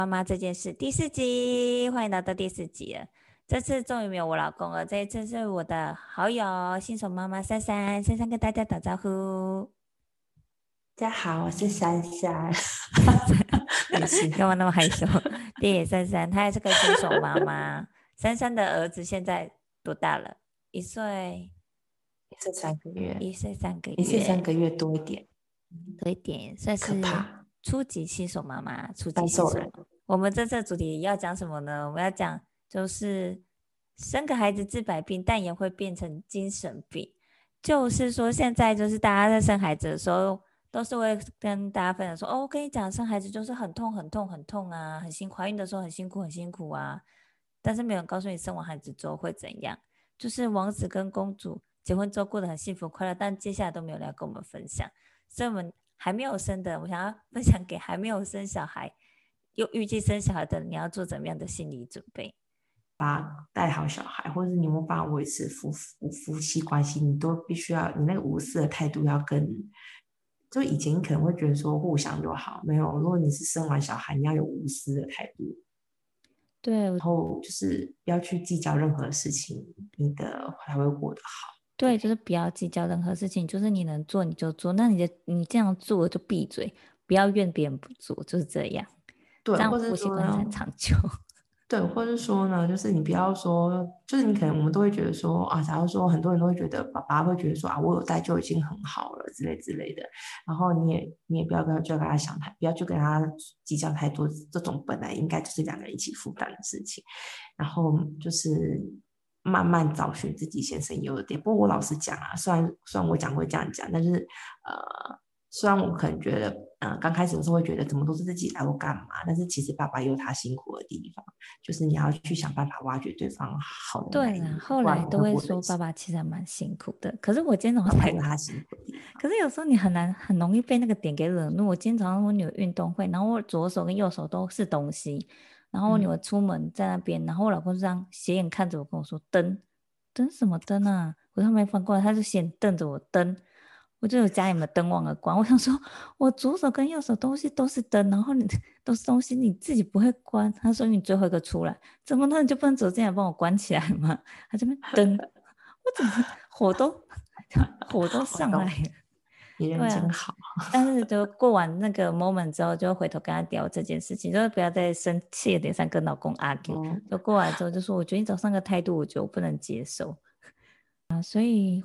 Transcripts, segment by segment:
妈妈这件事第4集，欢迎来到第4集了。这次终于没有我老公了，这一次是我的好友新手妈妈珊珊。珊珊跟大家打招呼。 大家好，我是珊珊。没事。 干嘛那么害羞？对，珊珊她也是个新手妈妈。珊珊的儿子现在多大了？1岁， 1岁3个月， 1岁3个月， 多一点。 多一点，算可是怕。 初级新手妈妈。初级半兽人。 新手妈。我们这次主题要讲什么呢？我们要讲就是生个孩子治百病，但也会变成精神病。就是说，现在就是大家在生孩子的时候，都是会跟大家分享说，哦，我跟你讲，生孩子就是很痛很痛很痛啊，很辛苦，怀孕的时候很辛苦很辛苦啊。但是没有人告诉你生完孩子之后会怎样。就是王子跟公主结婚之后过得很幸福快乐，但接下来都没有人要跟我们分享。所以我们还没有生的，我想要分享给还没有生小孩又预计生小孩的，你要做怎么样的心理准备？ 带好小孩，或者是你有没有办法维持夫妻关系，你都必须要你那个无私的态度要跟。就以前你可能会觉得说互相就好，没有。如果你是生完小孩，你要有无私的态度， 对， 然后就是不要去计较任何事情，你的才会过得好。 对，就是不要计较任何事情，就是你能做你就做，那你这样做就闭嘴，不要怨别人不做，就是这样， 对， 这样或者夫妻关系才说呢， 长久。 对，或者说呢，就是你不要说，就是你可能我们都会觉得说啊，假如说很多人都会觉得爸爸会觉得说啊，我有带就已经很好了之类的，然后你也不要就跟他不要去跟他计较太多，这种本来应该就是两个人一起负担的事情，然后就是慢慢找寻自己先生优点。不过我老实讲啊，虽然我讲会这样讲，但是虽然我可能觉得刚开始的时候会觉得怎么都是自己来，我干嘛？但是其实爸爸也有他辛苦的地方。就是你要去想办法挖掘对方好的那对啦， 一面， 后不然你会来都会过得辛苦。 说爸爸其实还蛮辛苦的，可是我今天早上才， 爸爸有他辛苦的地方。 可是有时候你很容易被那个点给惹怒。我今天早上我女儿运动会，然后我左手跟右手都是东西，然后我女儿出门在那边，然后我老公就这样斜眼看着我跟我说灯什么灯啊？我都没翻过来，他就先瞪着我灯。我就有家里面的灯忘了关，我想说，我左手跟右手东西都是灯，然后你都是东西，你自己不会关。他说你最后一个出来，怎么了？你就不能走进来帮我关起来吗？他这边灯，我整个火都我懂。 上来了。 你人对啊， 真好。 但是就过完那个 moment 之后，就回头跟他聊这件事情，就是不要再生气的点上跟老公 argue。 嗯， 就过来之后就说，我觉得你早上的态度，我觉得我不能接受。所以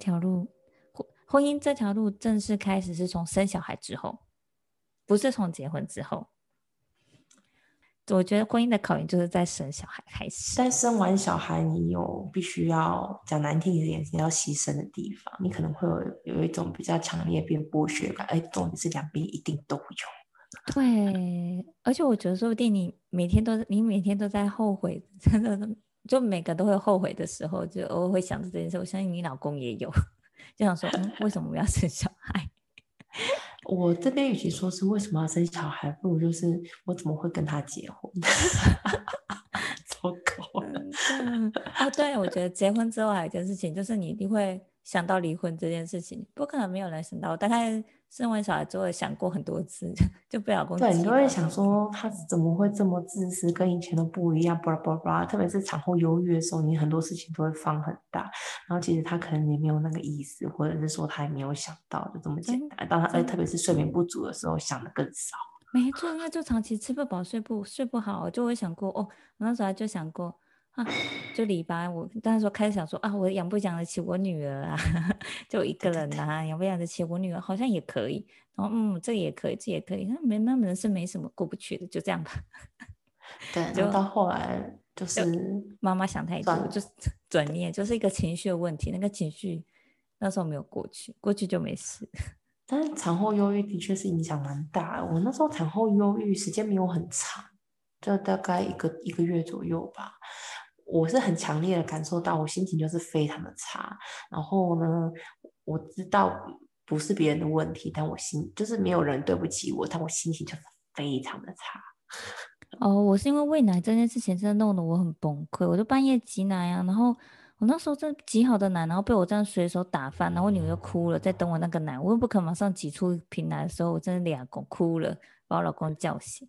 婚姻这条路正式开始是从生小孩之后，不是从结婚之后。我觉得婚姻的考验就是在生小孩开始。 但生完小孩，你有必须要讲难听一点，你要牺牲的地方，你可能会有一种比较强烈变剥削感，重点是两边一定都有。 对，而且我觉得说不定你每天都在后悔，真的就每个都会后悔的时候，就偶尔会想着这件事。我相信你老公也有，就想说，为什么我要生小孩？ 我这边与其说是为什么要生小孩，不如就是我怎么会跟他结婚？糟糕了。 哦，对，我觉得结婚之后还有一件事情，就是你一定会想到离婚这件事情。不可能没有人想到，我大概生完小孩之后想过很多次，就被老公对，你都会气到就。 想说他怎么会这么自私，跟以前都不一样，巴拉巴拉巴拉。特别是产后忧郁的时候，你很多事情都会放很大，然后其实他可能也没有那个意思，或者是说他也没有想到就这么简真单。当然，特真别是睡眠不足的时候，想的更少。 没错，因为就长期吃不饱、睡不好，就会想过哦。我那时候就想过啊，就离吧。我那时候开始想说啊，我养不养得起我女儿啊？就一个对对对人呐、养不养得起我女儿好像也可以。然后这也可以，这也可以，那人生没什么过不去的，就这样吧。 对，然后就到后来就就是妈妈想太多，就算了。 是转念，就是一个情绪的问题。那个情绪那时候没有过去，过去就没事。 但是产后忧郁的确是影响蛮大的。我那时候产后忧郁时间没有很长，就大概一个月左右吧。我是很强烈的感受到我心情就是非常的差。然后呢，我知道不是别人的问题，但我就是没有人对不起我，但我心情就是非常的差。 哦，我是因为喂奶这件事情真的弄得我很崩溃，我就半夜挤奶啊，然后我那时候真的挤好的奶，然后被我这样随手打翻，然后我女儿就哭了，在等我那个奶，我又不可能马上挤出一瓶奶的时候，我真的俩公哭了，把我老公叫醒。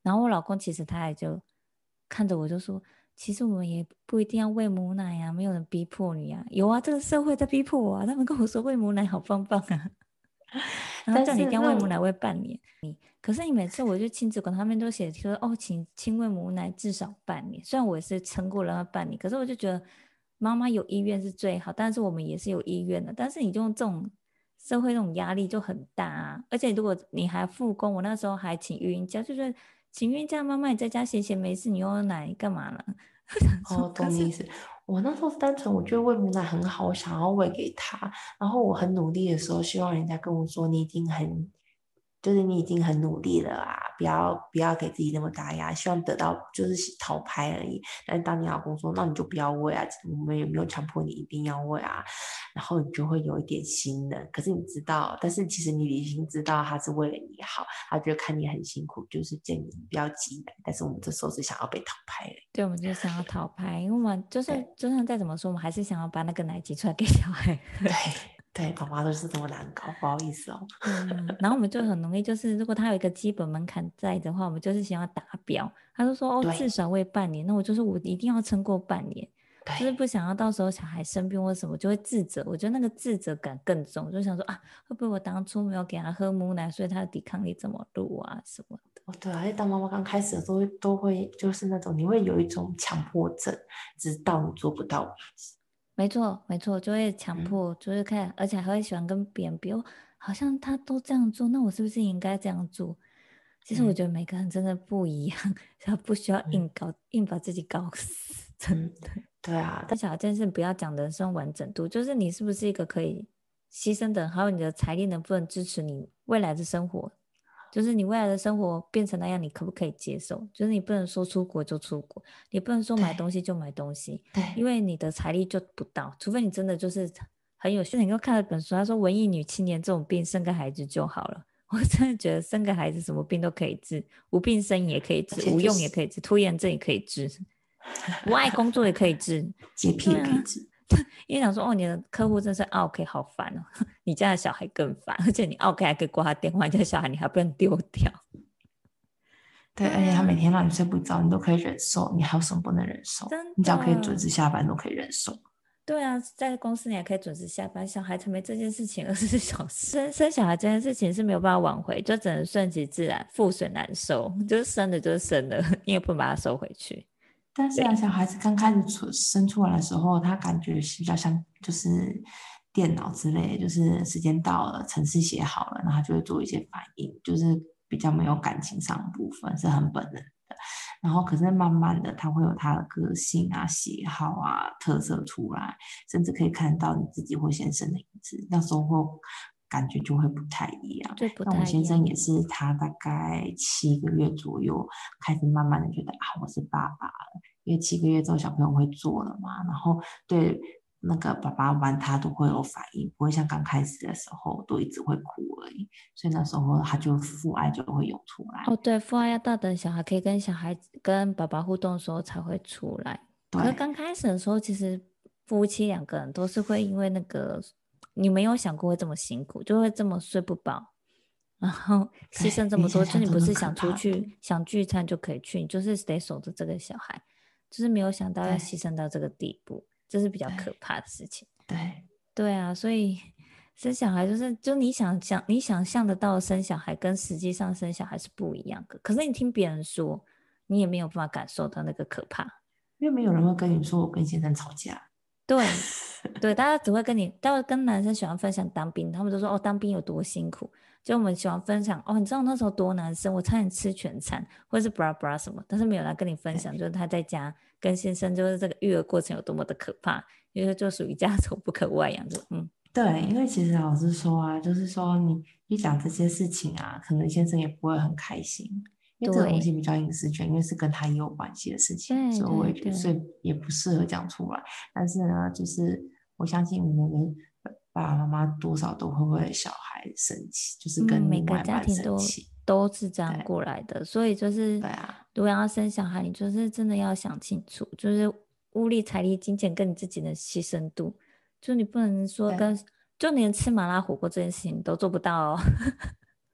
然后我老公其实他也就看着我就说，其实我们也不一定要喂母奶啊，没有人逼迫你啊。有啊，这个社会在逼迫我啊，他们跟我说喂母奶好棒棒啊，然后但叫你一是那定要喂母奶喂半年。可是你每次我去亲子馆，他们都写说哦，请亲喂母奶至少半年。虽然我也是撑过了那半年，可是我就觉得妈妈有医院是最好，但是我们也是有医院的。但是你就用这种社会那种压力就很大啊，而且如果你还复工，我那时候还请育婴假，就觉得请孕假，妈妈你在家闲闲没事，你又有奶干嘛呢？我想说， 哦， 可是懂你意思。我那时候是单纯，我觉得喂母奶很好，我想要喂给他。然后我很努力的时候，希望人家跟我说你已经很，就是你已经很努力了啊，不要给自己那么大压力，希望得到就是讨拍而已。但是当你老公说，那你就不要喂啊，我们也没有强迫你一定要喂啊，然后你就会有一点心冷。可是你知道，但是其实你理性知道他是为了你好，他觉得看你很辛苦，就是建议你不要挤奶。但是我们这时候是想要被讨拍而已。 对，我们就想要讨拍，因为我们就是对。 就算再怎么说，我们还是想要把那个奶挤出来给小孩喝。 对对，爸妈都是这么难搞，不好意思哦。 对啊，然后我们就很容易，就是如果他有一个基本门槛在的话，我们就是想要达标。他就说哦，至对少喂半年，那我就说我一定要撑过半年，就是对， 不想要到时候小孩生病或什么就会自责。我觉得那个自责感更重，就想说啊，会不会我当初没有给他喝母奶，所以他的抵抗力这么弱啊什么的。 哦对啊，而且当妈妈刚开始的时候都会就是那种你会有一种强迫症，直到你做不到为止。 没错，没错，就会强嗯迫，就是看，而且还会喜欢跟别人比，哦，好像他都这样做，那我是不是也应该这样做？其实我嗯觉得每个人真的不一样，他不需要嗯硬搞，硬把自己搞死，真嗯， 的。 对啊， 但小孩这件事不要讲人生完整度，就是你是不是一个可以牺牲的人，还有你的财力能不能支持你未来的生活，就是你未来的生活变成那样，你可不可以接受？就是你不能说出国就出国，你不能说买东对西就买东西，因对， 为你的财力就不到，除非你真的就是很有趣。你又看了本书，他说文艺女青年这种病生个孩子就好了。我真的觉得生个孩子什么病都可以治，无病呻吟也可以而治，无且就是用也可以治，拖延症也可以治，不爱工作也可以治。 洁癖对啊， 也可以治。 因为想说哦，你的客户真是 OK，好烦哦。你家的小孩更烦，而且你 OK 还可以挂他电话，你家小孩你还不能丢掉。 对，而且他每对啊， 天让你睡不着，你都可以忍受，你还有什么不能忍受？ 真你只要可以准的。 时下班，都可以忍受。 对啊，在公司你还可以准时下班，小孩才没这件事情24小时。生小孩这件事情是没有办法挽回，就只能顺其自然，覆水难收，就是生的就是生的，你也不能把它收回去。 但是啊， 对小孩子刚开始生出来的时候，他感觉是比较像就是电脑之类的，就是时间到了，程式写好了，然后他就会做一些反应，就是比较没有感情上的部分，是很本能的。然后可是慢慢的，他会有他的个性啊、喜好啊、特色出来，甚至可以看到你自己或先生的影子，那时候会感觉就会不太一样。 就不那我太一样。 先生也是，他大概7个月左右开始慢慢的觉得啊，我是爸爸了。因为7个月之后小朋友会做了嘛，然后对那个爸爸玩他都会有反应，不会像刚开始的时候都一直会哭而已，所以那时候他就父爱就会涌出来。 哦，对，父爱要到等小孩可以跟小孩跟爸爸互动的时候才会出来。可是对刚开始的时候，其实夫妻两个人都是会因为那个，你没有想过会这么辛苦，就会这么睡不饱，然后牺牲对，比你想这么多。就你象中的可不是想出怕很多。 去想聚餐就可以去，你就是得守着这个小孩，就是没有想到要牺对牲到这个地步，这是比较可对怕的事情。 对对啊，所以生小孩就是就你想象得到的生小孩跟实际上生小孩是不一样的。可是你听别人说，你也没有办法感受到那个可怕。 因为没有人会跟你说我跟先生吵架。 对对，大家只会跟你，大家跟男生喜欢分享当兵，他们都说哦当兵有多辛苦。就我们喜欢分享哦，你知道那时候多难生，我差点吃全餐，或者是 bra bra 什么，但是没有人跟你分享，就是他在家跟先生就是这个育儿过程有多么的可怕，因为就属于家丑不可外扬，就对，因为其实老实说啊，就是说你一讲这些事情啊，可能先生也不会很开心，因为这个东西对比较隐私权，因为是跟他也有关系的事情， 对所以我也觉得， 对对。 所以也不适合讲出来。但是呢，就是我相信我们爸爸妈妈多少都会为小孩生气，就是嗯， 跟每个另外一半家庭都生气。 都是这样对过来的，所以就是对啊， 如果要生小孩，你就是真的要想清楚，就是物力、财力、金钱跟你自己的牺牲度，就你不能说对跟就连吃麻辣火锅这件事情你都做不到哦。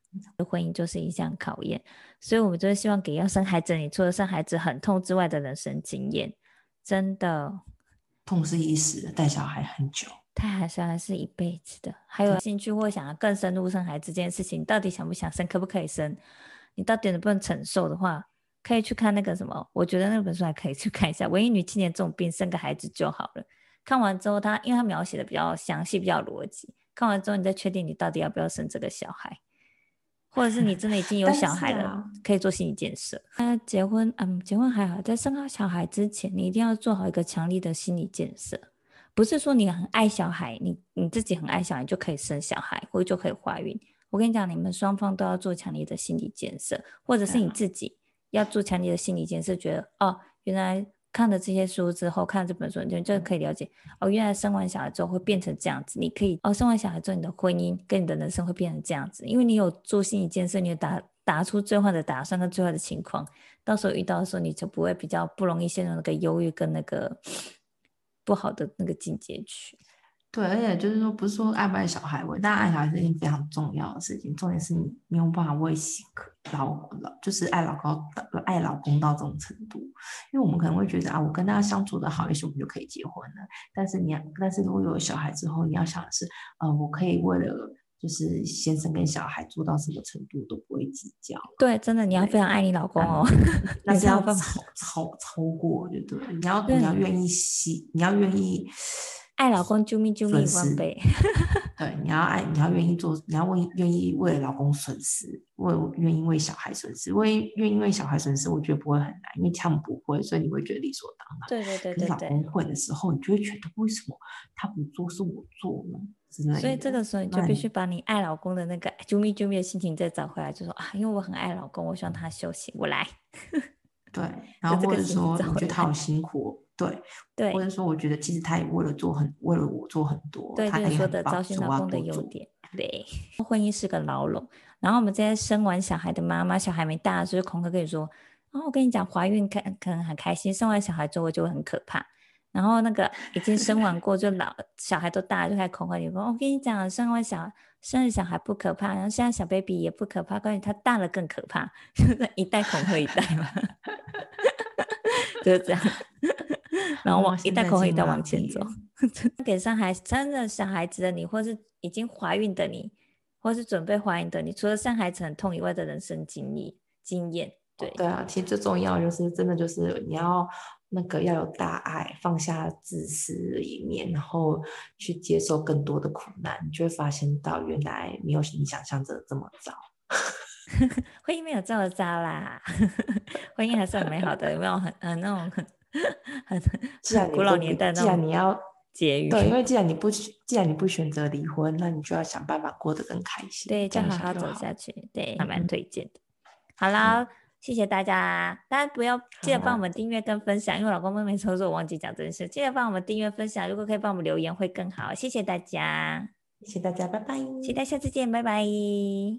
婚姻就是一项考验，所以我们就是希望给要生孩子你除了生孩子很痛之外的人生经验，真的痛是一时的，带小孩很久。 他还是一辈子的。还有兴趣或想要更深入生孩子这件事情，你到底想不想生，可不可以生，你到底能不能承受的话，可以去看那个什么，我觉得那本书还可以去看一下，文艺女青年这种病生个孩子就好了。看完之后因为他描写的比较详细比较逻辑，看完之后你再确定你到底要不要生这个小孩，或者是你真的已经有但小孩了， 是啊， 可以做心理建设。结婚还好，在生小孩之前，你一定要做好一个强力的心理建设。不是说你很爱小孩，你自己很爱小孩就可以生小孩，或者就可以怀孕。我跟你讲，你们双方都要做强烈的心理建设，或者是你自己要做强烈的心理建设，觉得哦，原来看了这些书之后，看了这本书，你就可以了解哦，原来生完小孩之后会变成这样子。你可以生完小孩之后，你的婚姻跟你的人生会变成这样子，因为你有做心理建设，你有打出最坏的打算跟最坏的情况，到时候遇到的时候，你就不会比较不容易陷入那个忧郁跟那个不好的那个境界去。 对，而且就是说，不是说爱不爱小孩，但爱小孩是一件非常重要的事情。重点是你有办法为就是爱老公到这种程度。因为我们可能会觉得啊，我跟他相处的好，也许我们就可以结婚了。但是如果有小孩之后，你要想的是，我可以为了就是先生跟小孩做到什么程度都不会计较。 对，真的你要非常爱你老公哦， 那是要办法超过，对不对？你要对愿意你要愿意爱老公救命损 1 失。 倍。 对，你要愿意做，你要愿意为了老公损失，愿意为小孩损失，愿意为小孩损失，我觉得不会很难，因为他们不会，所以你会觉得理所当然。 对对对可是对对， 老公会的时候，你就会觉得为什么他不做是我做呢之所以类的。 这个时候你就必须把你爱老公的那个救命的心情再找回来，就说啊，因为我很爱老公，我希望他休息，我来， 对，然后或者就这个心情说你觉得他好找回来。 辛苦，对，或对者说我觉得其实他也为了我做很多， 对， 他就是说的找也很棒，所以我要寻老公的多做。 优点。对，婚姻是个牢笼，然后我们这些生完小孩的妈妈，小孩没大的时候，恐吓跟你说，然后我跟你讲，怀孕可能很开心，生完小孩之后就会很可怕。然后那个已经生完过就小孩都大了，就开始恐吓你说，我跟你讲，生了小孩不可怕，然后现在小 baby 也不可怕，关于他大了更可怕，就是一代恐吓一代嘛，就是这样。然后一现代恐吓一代在进入到往前走。给生了小孩子的你，或是已经怀孕的你，或是准备怀孕的你，除了生孩子很痛以外的人生经验，对对啊，其实最重要就是真的就是你要要有大爱，放下自私的一面，然后去接受更多的苦难，你就会发现到原来没有你想象的这么糟。 婚姻没有这么糟啦，婚姻还是很美好的，有没有很那种很古老年代那种既然你要结语？ 对，因为既然你不选择离婚，那你就要想办法过得更开心， 对， 这样就好好想就好。 走下去，对，还蛮嗯嗯推荐的。好啦，谢谢大家，大家不要记得帮我好啊， 们订阅跟分享，因为我老公妹妹说我忘记讲这件事，记得帮我们订阅分享，如果可以帮我们留言会更好，谢谢大家， 谢谢大家，拜拜。 期待下次见，拜拜。